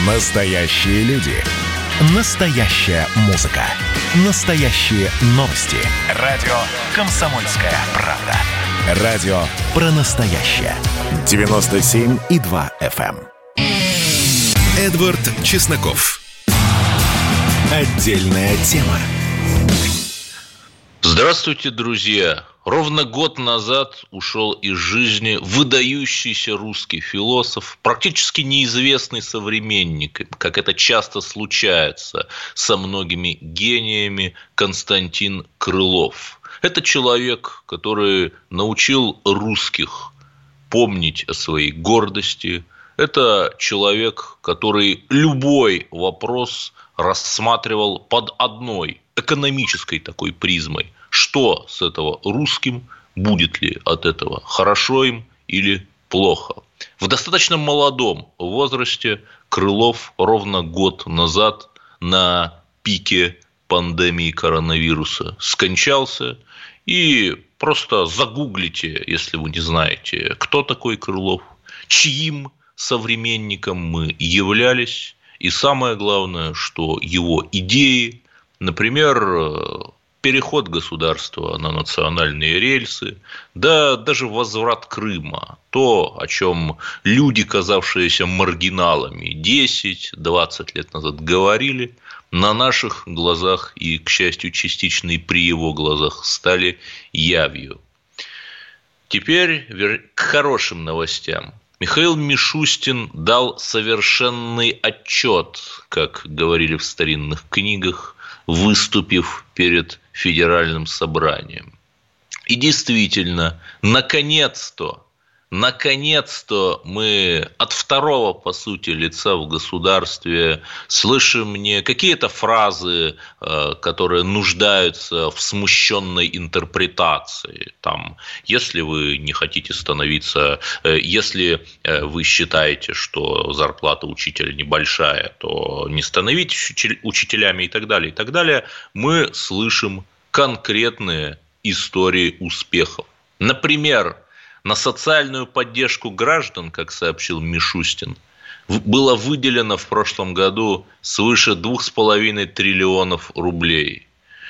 Настоящие люди. Настоящая музыка. Настоящие новости. Радио «Комсомольская правда». Радио про настоящее. 97,2 FM. Эдвард Чесноков. Отдельная тема. Здравствуйте, друзья! Ровно год назад ушел из жизни выдающийся русский философ, практически неизвестный современникам, как это часто случается со многими гениями, Константин Крылов. Это человек, который научил русских помнить о своей гордости. Это человек, который любой вопрос рассматривал под одной экономической такой призмой. Что с этого русским, будет ли от этого хорошо им или плохо. В достаточно молодом возрасте Крылов ровно год назад на пике пандемии коронавируса скончался. И просто загуглите, если вы не знаете, кто такой Крылов, чьим современником мы являлись. И самое главное, что его идеи, например, переход государства на национальные рельсы, да даже возврат Крыма, то, о чем люди, казавшиеся маргиналами 10-20 лет назад говорили, на наших глазах и, к счастью, частично и при его глазах стали явью. Теперь к хорошим новостям. Михаил Мишустин дал совершенный отчет, как говорили в старинных книгах, выступив перед Федеральным собранием. И действительно, наконец-то мы от второго, по сути, лица в государстве слышим не какие-то фразы, которые нуждаются в смущенной интерпретации. Там, если вы не хотите становиться, если вы считаете, что зарплата учителя небольшая, то не становитесь учителями и так далее, и так далее. Мы слышим конкретные истории успехов. Например, на социальную поддержку граждан, как сообщил Мишустин, было выделено в прошлом году свыше 2,5 триллионов рублей.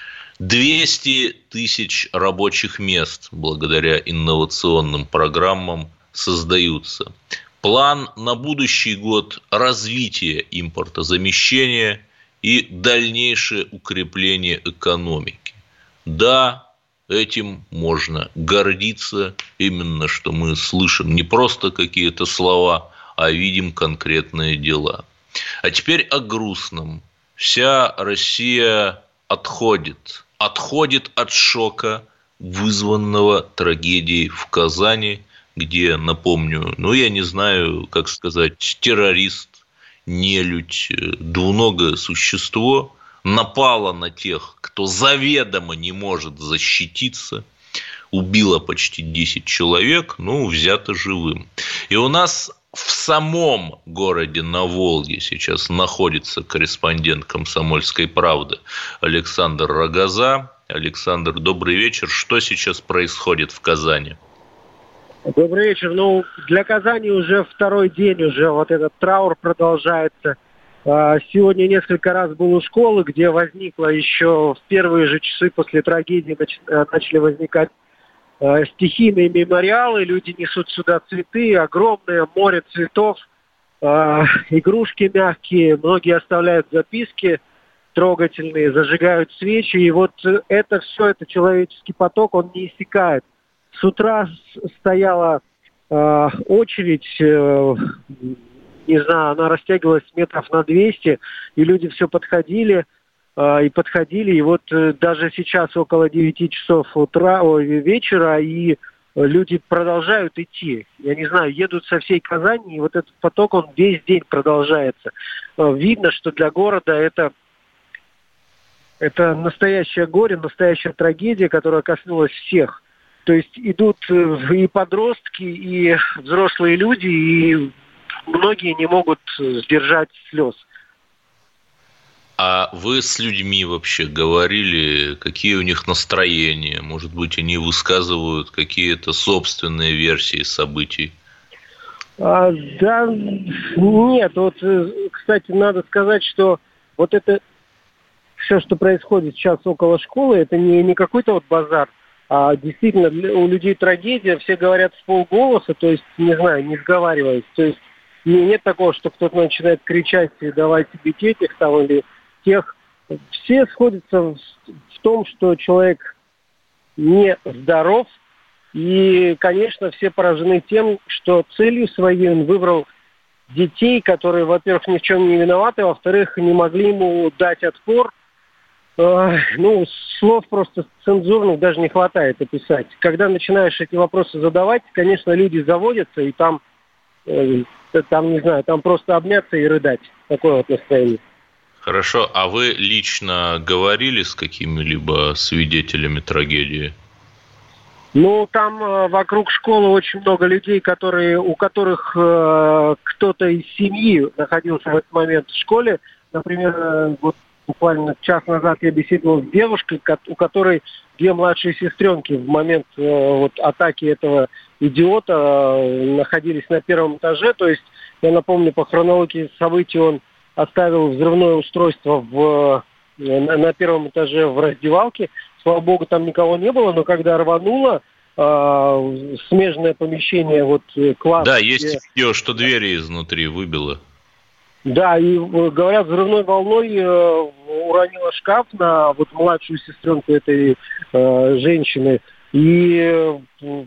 200 тысяч рабочих мест благодаря инновационным программам создаются. План на будущий год – развитие импортозамещения и дальнейшее укрепление экономики. Да, этим можно гордиться, именно что мы слышим не просто какие-то слова, а видим конкретные дела. А теперь о грустном. Вся Россия отходит от шока, вызванного трагедией в Казани, где, напомню, я не знаю, как сказать, террорист, нелюдь, двуногое существо напала на тех, кто заведомо не может защититься, убила почти 10 человек, взято живым. И у нас в самом городе на Волге сейчас находится корреспондент «Комсомольской правды» Александр Рогоза. Александр, добрый вечер. Что сейчас происходит в Казани? Добрый вечер. Для Казани уже второй день, уже вот этот траур продолжается. Сегодня несколько раз был у школы, где возникло еще в первые же часы после трагедии начали возникать стихийные мемориалы. Люди несут сюда цветы, огромное море цветов, игрушки мягкие. Многие оставляют записки трогательные, зажигают свечи. И вот это все, это человеческий поток, он не иссякает. С утра стояла очередь, не знаю, она растягивалась метров на 200, и люди все подходили, и вот даже сейчас около 9 часов вечера, и люди продолжают идти. Я не знаю, едут со всей Казани, и вот этот поток, он весь день продолжается. Видно, что для города это настоящее горе, настоящая трагедия, которая коснулась всех. То есть идут и подростки, и взрослые люди, и многие не могут сдержать слез. А вы с людьми вообще говорили, какие у них настроения? Может быть, они высказывают какие-то собственные версии событий? Да, нет, вот, к кстати, надо сказать, что вот это все, что происходит сейчас около школы, это не какой-то вот базар, а действительно у людей трагедия, все говорят в полголоса, то есть, не знаю, не сговариваясь. То есть нет такого, что кто-то начинает кричать и давайте бить этих там или тех. Все сходятся в том, что человек не здоров, и, конечно, все поражены тем, что целью своей он выбрал детей, которые, во-первых, ни в чем не виноваты, а во-вторых, не могли ему дать отпор. Слов просто цензурных даже не хватает описать. Когда начинаешь эти вопросы задавать, конечно, люди заводятся, и там, не знаю, там просто обняться и рыдать. Такое вот настроение. Хорошо, а вы лично говорили с какими-либо свидетелями трагедии? Там вокруг школы очень много людей, у которых кто-то из семьи находился в этот момент в школе. Например, вот буквально час назад я беседовал с девушкой, у которой 2 младшие сестренки в момент атаки этого идиота находились на 1 этаже. То есть, я напомню, по хронологии событий он оставил взрывное устройство на 1 этаже в раздевалке. Слава богу, там никого не было, но когда рвануло, смежное помещение, класс... Да, есть видео, что двери изнутри выбило. Да, и, говорят, взрывной волной уронила шкаф на младшую сестренку этой женщины. И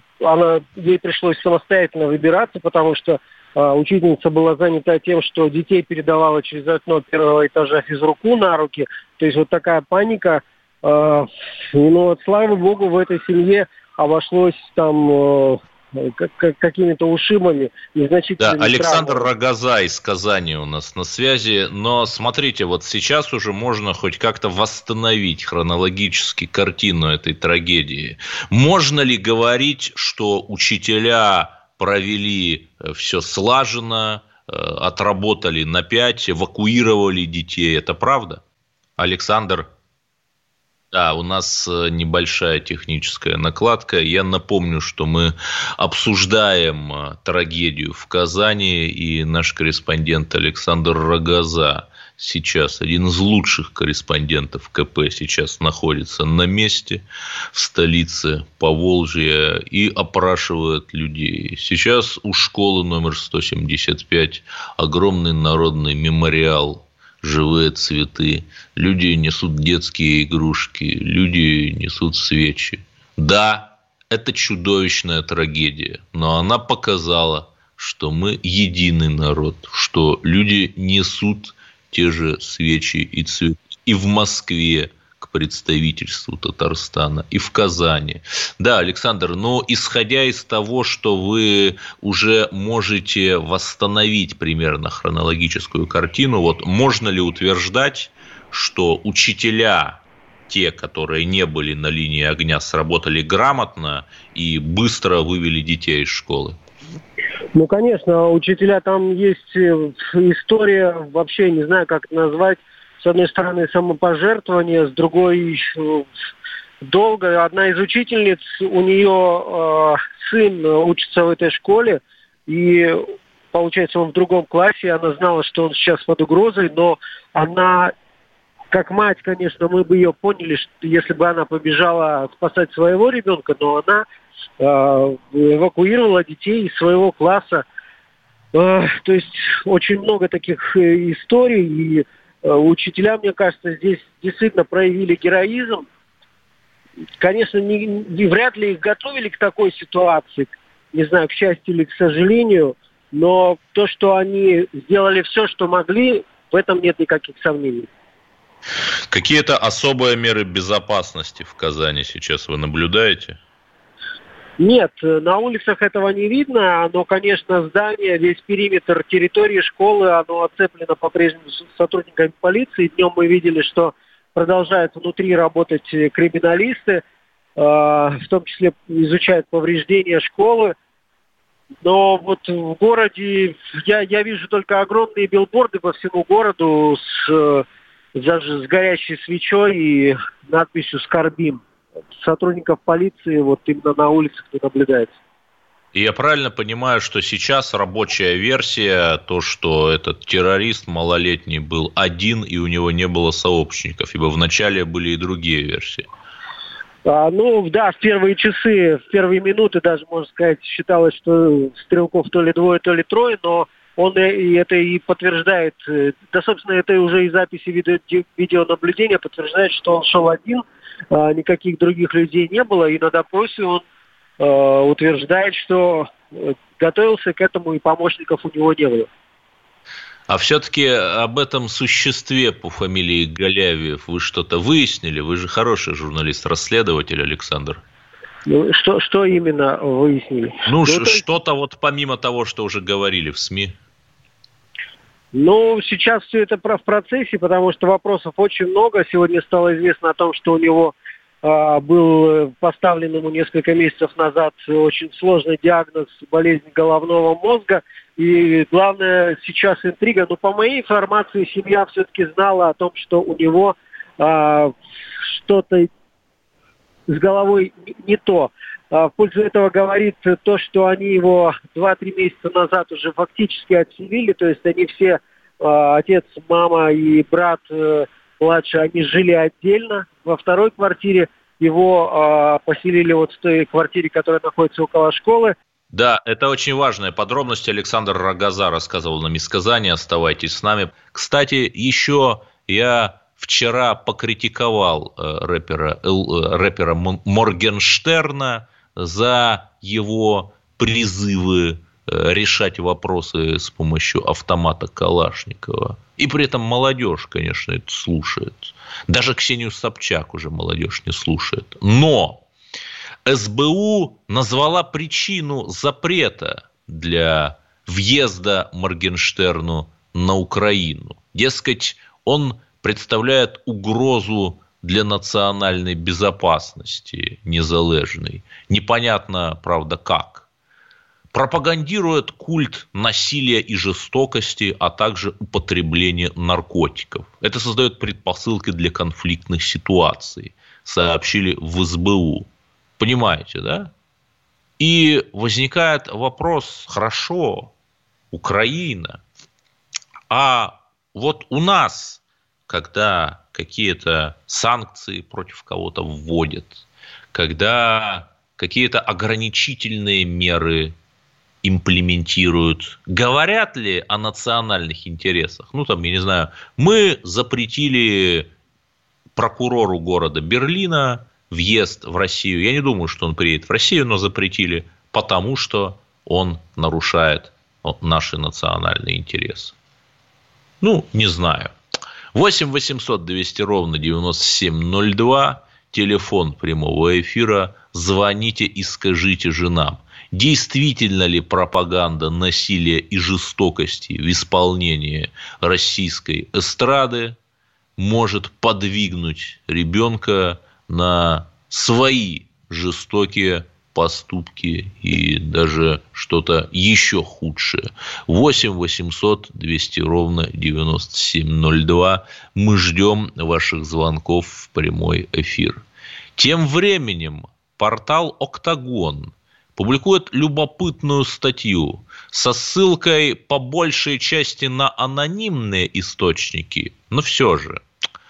ей пришлось самостоятельно выбираться, потому что учительница была занята тем, что детей передавала через окно 1 этажа физруку на руки. То есть вот такая паника. Слава богу, в этой семье обошлось там какими-то ушибами, незначительными. Да, Александр Рогоза из Казани у нас на связи. Но смотрите, вот сейчас уже можно хоть как-то восстановить хронологически картину этой трагедии. Можно ли говорить, что учителя провели все слаженно, отработали на 5, эвакуировали детей? Это правда? Александр? Да, у нас небольшая техническая накладка. Я напомню, что мы обсуждаем трагедию в Казани, и наш корреспондент Александр Рогоза сейчас, один из лучших корреспондентов КП, сейчас находится на месте в столице Поволжья и опрашивает людей. Сейчас у школы номер 175 огромный народный мемориал, живые цветы, люди несут детские игрушки, люди несут свечи. Да, это чудовищная трагедия, но она показала, что мы единый народ, что люди несут те же свечи и цветы и в Москве к представительству Татарстана, и в Казани. Да, Александр, но исходя из того, что вы уже можете восстановить примерно хронологическую картину, можно ли утверждать, что учителя, те, которые не были на линии огня, сработали грамотно и быстро вывели детей из школы? Конечно, учителя, там есть история, вообще не знаю, как это назвать. С одной стороны, самопожертвование, с другой долго. Одна из учительниц, у нее сын учится в этой школе, и, получается, он в другом классе, она знала, что он сейчас под угрозой, но она, как мать, конечно, мы бы ее поняли, что если бы она побежала спасать своего ребенка, но она эвакуировала детей из своего класса. То есть очень много таких историй, и учителя, мне кажется, здесь действительно проявили героизм. Конечно, вряд ли их готовили к такой ситуации, не знаю, к счастью или к сожалению, но то, что они сделали все, что могли, в этом нет никаких сомнений. Какие-то особые меры безопасности в Казани сейчас вы наблюдаете? Нет, на улицах этого не видно, но, конечно, здание, весь периметр территории школы, оно оцеплено по-прежнему сотрудниками полиции. Днем мы видели, что продолжают внутри работать криминалисты, в том числе изучают повреждения школы. Но в городе я вижу только огромные билборды по всему городу с горящей свечой и надписью «Скорбим». Сотрудников полиции именно на улицах не наблюдается. И я правильно понимаю, что сейчас рабочая версия, то, что этот террорист малолетний был один, и у него не было сообщников, ибо вначале были и другие версии. Ну, да, в первые часы, в первые минуты даже, можно сказать, считалось, что стрелков то ли двое, то ли трое, но он и это и подтверждает, да, собственно, это уже и записи видеонаблюдения подтверждает, что он шел один, никаких других людей не было, и на допросе он утверждает, что готовился к этому, и помощников у него не было. А все-таки об этом существе по фамилии Голявиев вы что-то выяснили? Вы же хороший журналист-расследователь, Александр. Ну, что именно выяснили? Что-то вот помимо того, что уже говорили в СМИ. Ну, сейчас все это в процессе, потому что вопросов очень много. Сегодня стало известно о том, что у него был поставлен ему несколько месяцев назад очень сложный диагноз болезни головного мозга. И главное сейчас интрига. Но по моей информации, семья все-таки знала о том, что у него что-то с головой не то. В пользу этого говорит то, что они его 2-3 месяца назад уже фактически отселили. То есть они все, отец, мама и брат младший, они жили отдельно. Во второй квартире его поселили вот в той квартире, которая находится около школы. Да, это очень важная подробность. Александр Рогоза рассказывал нам из Казани. Оставайтесь с нами. Кстати, еще я вчера покритиковал рэпера Моргенштерна за его призывы решать вопросы с помощью автомата Калашникова. И при этом молодежь, конечно, это слушает. Даже Ксению Собчак уже молодежь не слушает. Но СБУ назвала причину запрета для въезда Моргенштерну на Украину. Дескать, он представляет угрозу для национальной безопасности незалежной. Непонятно, правда, как. Пропагандирует культ насилия и жестокости, а также употребление наркотиков. Это создает предпосылки для конфликтных ситуаций, сообщили в СБУ. Понимаете, да? И возникает вопрос: хорошо, Украина, а вот у нас, когда какие-то санкции против кого-то вводят, когда какие-то ограничительные меры имплементируют, говорят ли о национальных интересах? Ну, там, я не знаю, мы запретили прокурору города Берлина въезд в Россию. Я не думаю, что он приедет в Россию, но запретили, потому что он нарушает наши национальные интересы. Ну, не знаю. 8 800 200 ровно 9702, телефон прямого эфира. Звоните и скажите же нам, действительно ли пропаганда насилия и жестокости в исполнении российской эстрады может подвигнуть ребенка на свои жестокие поступки и даже что-то еще худшее. 8 800 200 ровно 9702. Мы ждем ваших звонков в прямой эфир. Тем временем портал «Октагон» публикует любопытную статью со ссылкой по большей части на анонимные источники, но все же.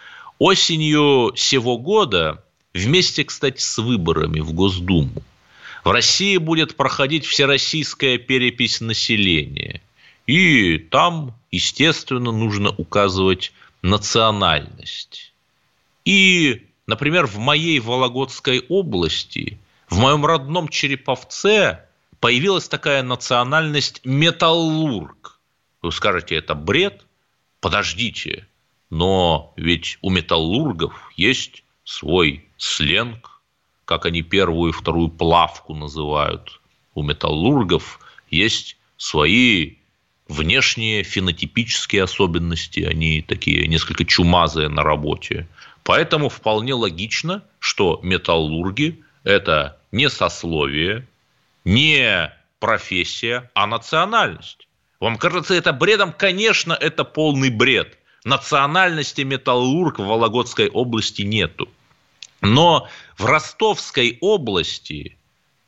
Осенью сего года, вместе, кстати, с выборами в Госдуму, в России будет проходить всероссийская перепись населения. И там, естественно, нужно указывать национальность. И, например, в моей Вологодской области, в моем родном Череповце, появилась такая национальность металлург. Вы скажете, это бред? Подождите, но ведь у металлургов есть свой сленг, как они первую и вторую плавку называют. У металлургов есть свои внешние фенотипические особенности, они такие несколько чумазые на работе. Поэтому вполне логично, что металлурги – это не сословие, не профессия, а национальность. Вам кажется это бредом? Конечно, это полный бред. Национальности металлург в Вологодской области нету. Но в Ростовской области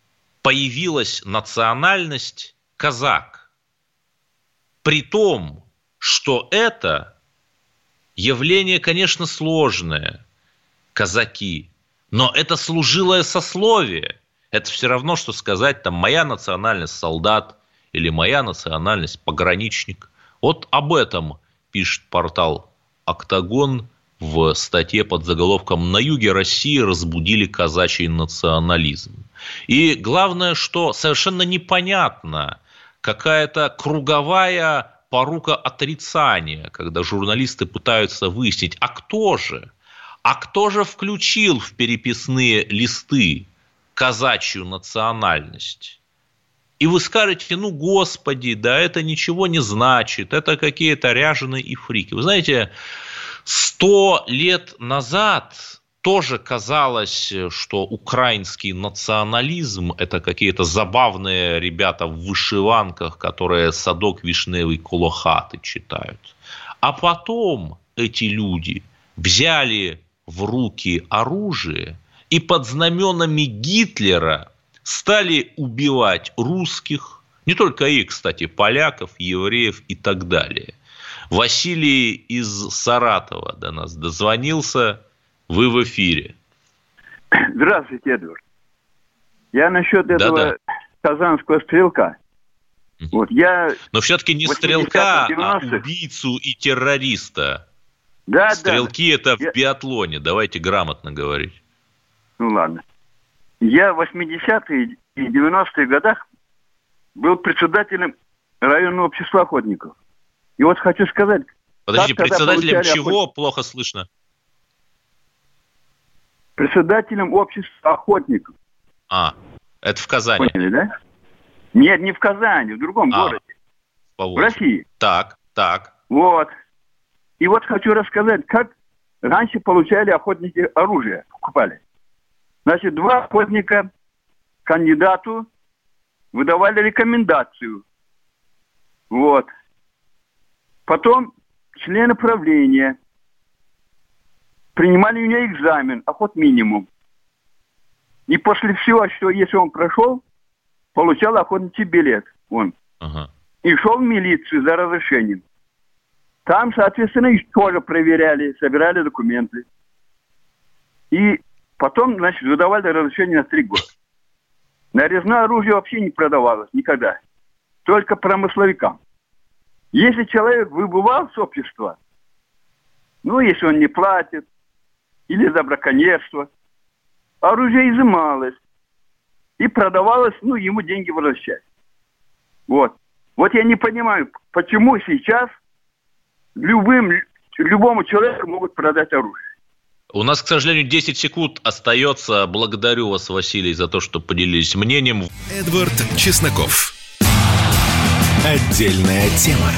появилась национальность казак. При том, что это явление, конечно, сложное, казаки, но это служилое сословие. Это все равно, что сказать, там, моя национальность солдат или моя национальность пограничник. Вот об этом пишет портал «Октагон» в статье под заголовком «На юге России разбудили казачий национализм». И главное, что совершенно непонятно, какая-то круговая порука отрицания, когда журналисты пытаются выяснить, а кто же включил в переписные листы казачью национальность? И вы скажете, ну, господи, да это ничего не значит, это какие-то ряженые и фрики. Вы знаете, 100 лет назад тоже казалось, что украинский национализм – это какие-то забавные ребята в вышиванках, которые «Садок вишневый коло хаты» читают. А потом эти люди взяли в руки оружие и под знаменами Гитлера стали убивать русских, не только их, кстати, поляков, евреев и так далее. Василий из Саратова до нас дозвонился. Вы в эфире. Здравствуйте, Эдвард. Я насчет этого казанского стрелка. Вот я. Но все-таки не стрелка, а убийцу и террориста. Да, стрелки это в биатлоне. Давайте грамотно говорить. Ну ладно. Я в 80-е и 90-е годах был председателем районного общества охотников. И вот хочу сказать... Подождите, председателем чего? Плохо слышно. Председателем общества охотников. Это в Казани. Поняли, да? Нет, не в Казани, в другом городе. В России. Так. Вот. И вот хочу рассказать, как раньше получали охотники оружие, покупали. Значит, 2 охотника кандидату выдавали рекомендацию. Вот. Потом члены правления принимали у него экзамен, охотминимум. И после всего, что если он прошел, получал охотничий билет. Он. И шел в милицию за разрешением. Там, соответственно, их тоже проверяли, собирали документы. И потом, значит, выдавали разрешение на 3 года. Нарезное оружие вообще не продавалось никогда. Только промысловикам. Если человек выбывал с общества, ну, если он не платит, или за браконьерство, оружие изымалось и продавалось, ну, ему деньги возвращать. Вот. Вот я не понимаю, почему сейчас любому человеку могут продать оружие. У нас, к сожалению, 10 секунд остается. Благодарю вас, Василий, за то, что поделились мнением. Эдвард Чесноков. Отдельная тема.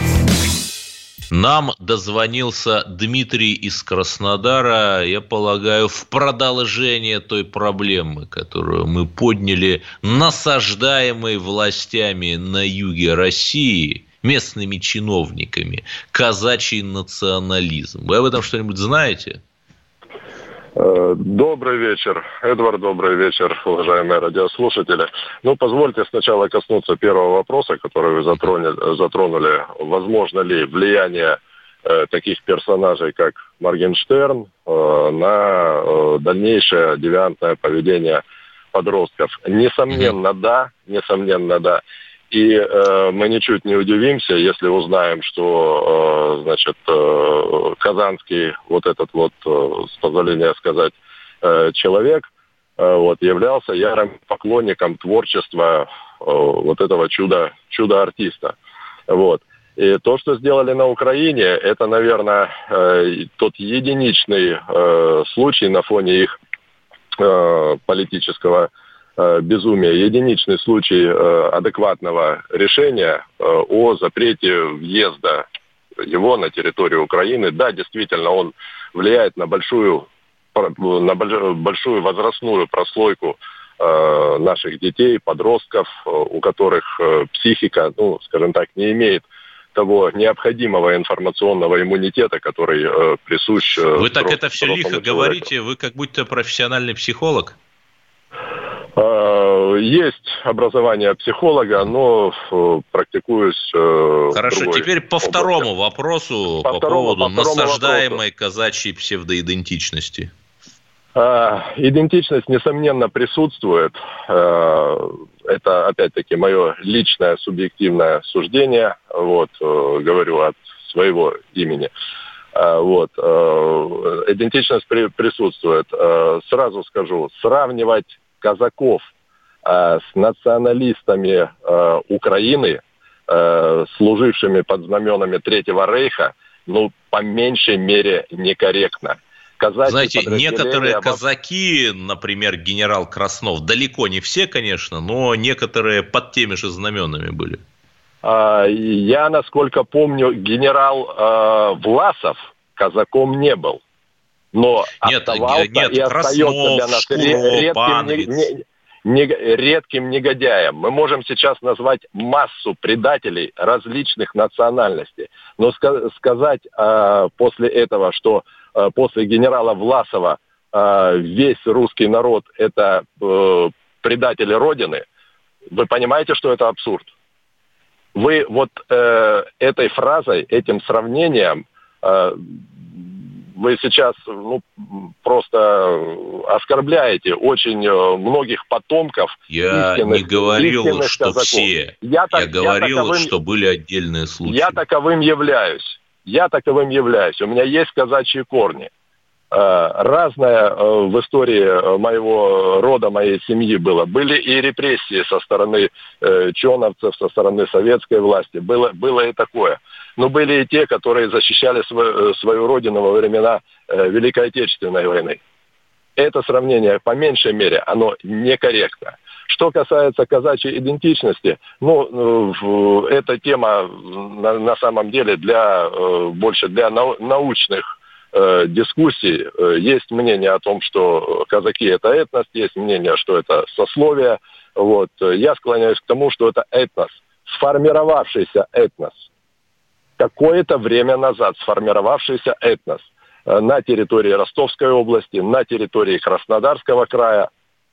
Нам дозвонился Дмитрий из Краснодара, я полагаю, в продолжение той проблемы, которую мы подняли, насаждаемой властями на юге России, местными чиновниками, казачий национализм. Вы об этом что-нибудь знаете? Добрый вечер, Эдвард, добрый вечер, уважаемые радиослушатели. Ну, позвольте сначала коснуться первого вопроса, который вы затронули. Возможно ли влияние таких персонажей, как Моргенштерн, на дальнейшее девиантное поведение подростков? Несомненно, да. И мы ничуть не удивимся, если узнаем, что, значит, казанский вот этот вот, с позволения сказать, человек, вот, являлся ярым поклонником творчества вот этого чудо-артиста. Вот. И то, что сделали на Украине, это, наверное, тот единичный случай на фоне их политического безумия, единичный случай адекватного решения о запрете въезда его на территорию Украины. Да, действительно, он влияет на большую возрастную прослойку наших детей, подростков, у которых психика, ну, скажем так, не имеет того необходимого информационного иммунитета, который присущ... Вы так это все лихо говорите, вы как будто профессиональный психолог. Есть образование психолога, но практикуюсь... Хорошо, теперь по второму вопросу, по поводу насаждаемой казачьей псевдоидентичности. Идентичность, несомненно, присутствует. Это, опять-таки, мое личное субъективное суждение. Говорю от своего имени. Идентичность присутствует. Сразу скажу, сравнивать казаков с националистами Украины, служившими под знаменами Третьего Рейха, по меньшей мере некорректно. Знаете, некоторые казаки, например, генерал Краснов, далеко не все, конечно, но некоторые под теми же знаменами были. Я, насколько помню, генерал Власов казаком не был. Но оставался и остается для нас редким негодяем. Мы можем сейчас назвать массу предателей различных национальностей. Но сказать после этого, что после генерала Власова весь русский народ – это предатели Родины, вы понимаете, что это абсурд? Вы этой фразой, этим сравнением вы сейчас просто оскорбляете очень многих потомков. Я не говорил, что казаков. Все. Я говорил, что были отдельные случаи. Я таковым являюсь. У меня есть казачьи корни. Разное в истории моего рода, моей семьи было. Были и репрессии со стороны чоновцев, со стороны советской власти. Было и такое. Но были и те, которые защищали свою родину во времена Великой Отечественной войны. Это сравнение, по меньшей мере, оно некорректно. Что касается казачьей идентичности, эта тема на самом деле больше для научных дискуссий. Есть мнение о том, что казаки – это этнос, есть мнение, что это сословие. Я склоняюсь к тому, что это этнос, сформировавшийся этнос. Какое-то время назад сформировавшийся этнос на территории Ростовской области, на территории Краснодарского края.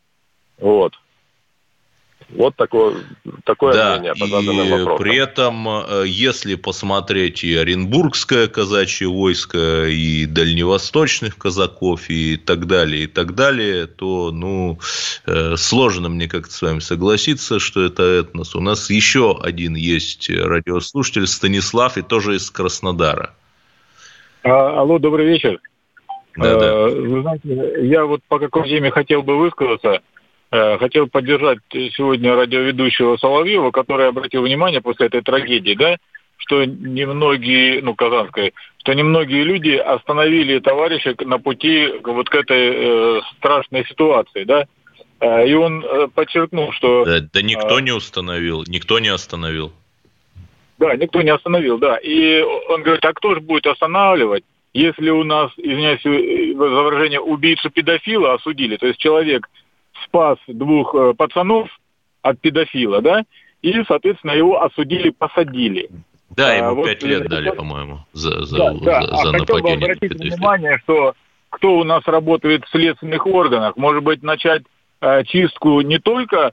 Такое мнение по заданным вопросам. При этом, если посмотреть и Оренбургское казачье войско, и дальневосточных казаков, и так далее, то, сложно мне как-то с вами согласиться, что это этнос. У нас еще один есть радиослушатель, Станислав, и тоже из Краснодара. Алло, добрый вечер. Да. Вы знаете, я по какой теме хотел бы высказаться. Хотел поддержать сегодня радиоведущего Соловьева, который обратил внимание после этой трагедии, что немногие люди остановили товарища на пути к этой страшной ситуации, И он подчеркнул, что... Да никто не установил, никто не остановил. Да, никто не остановил, И он говорит, а кто же будет останавливать, если у нас, извиняюсь за выражение, убийцу-педофила осудили, то есть человек спас двух пацанов от педофила, и, соответственно, его осудили, посадили. Да, ему 5 лет дали, по-моему, за нападение. Хотел бы обратить внимание, что кто у нас работает в следственных органах, может быть, начать чистку не только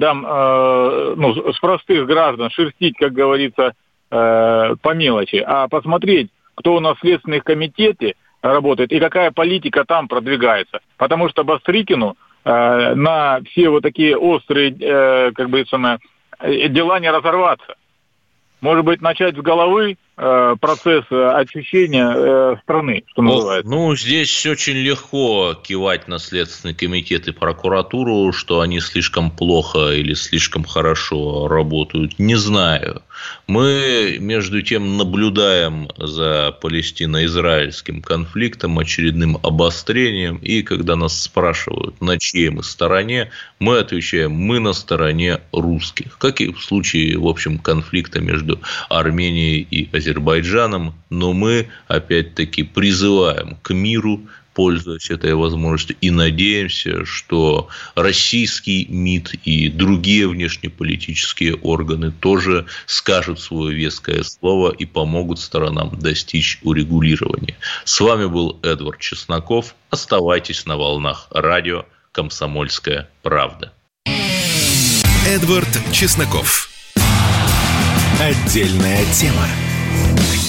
с простых граждан, шерстить, как говорится, по мелочи, а посмотреть, кто у нас в следственных комитете работает и какая политика там продвигается. Потому что Бастрыкину на все такие острые, дела не разорваться. Может быть, начать с головы процесс очищения страны, что называется. Здесь очень легко кивать на Следственный комитет и прокуратуру, что они слишком плохо или слишком хорошо работают. Не знаю. Мы, между тем, наблюдаем за палестино-израильским конфликтом, очередным обострением, и когда нас спрашивают, на чьей мы стороне, мы отвечаем, мы на стороне русских. Как и в случае, в общем, конфликта между Арменией и Азербайджаном, но мы, опять-таки, призываем к миру, пользуясь этой возможностью, и надеемся, что российский МИД и другие внешнеполитические органы тоже скажут свое веское слово и помогут сторонам достичь урегулирования. С вами был Эдвард Чесноков. Оставайтесь на волнах радио «Комсомольская правда». Эдвард Чесноков. Отдельная тема.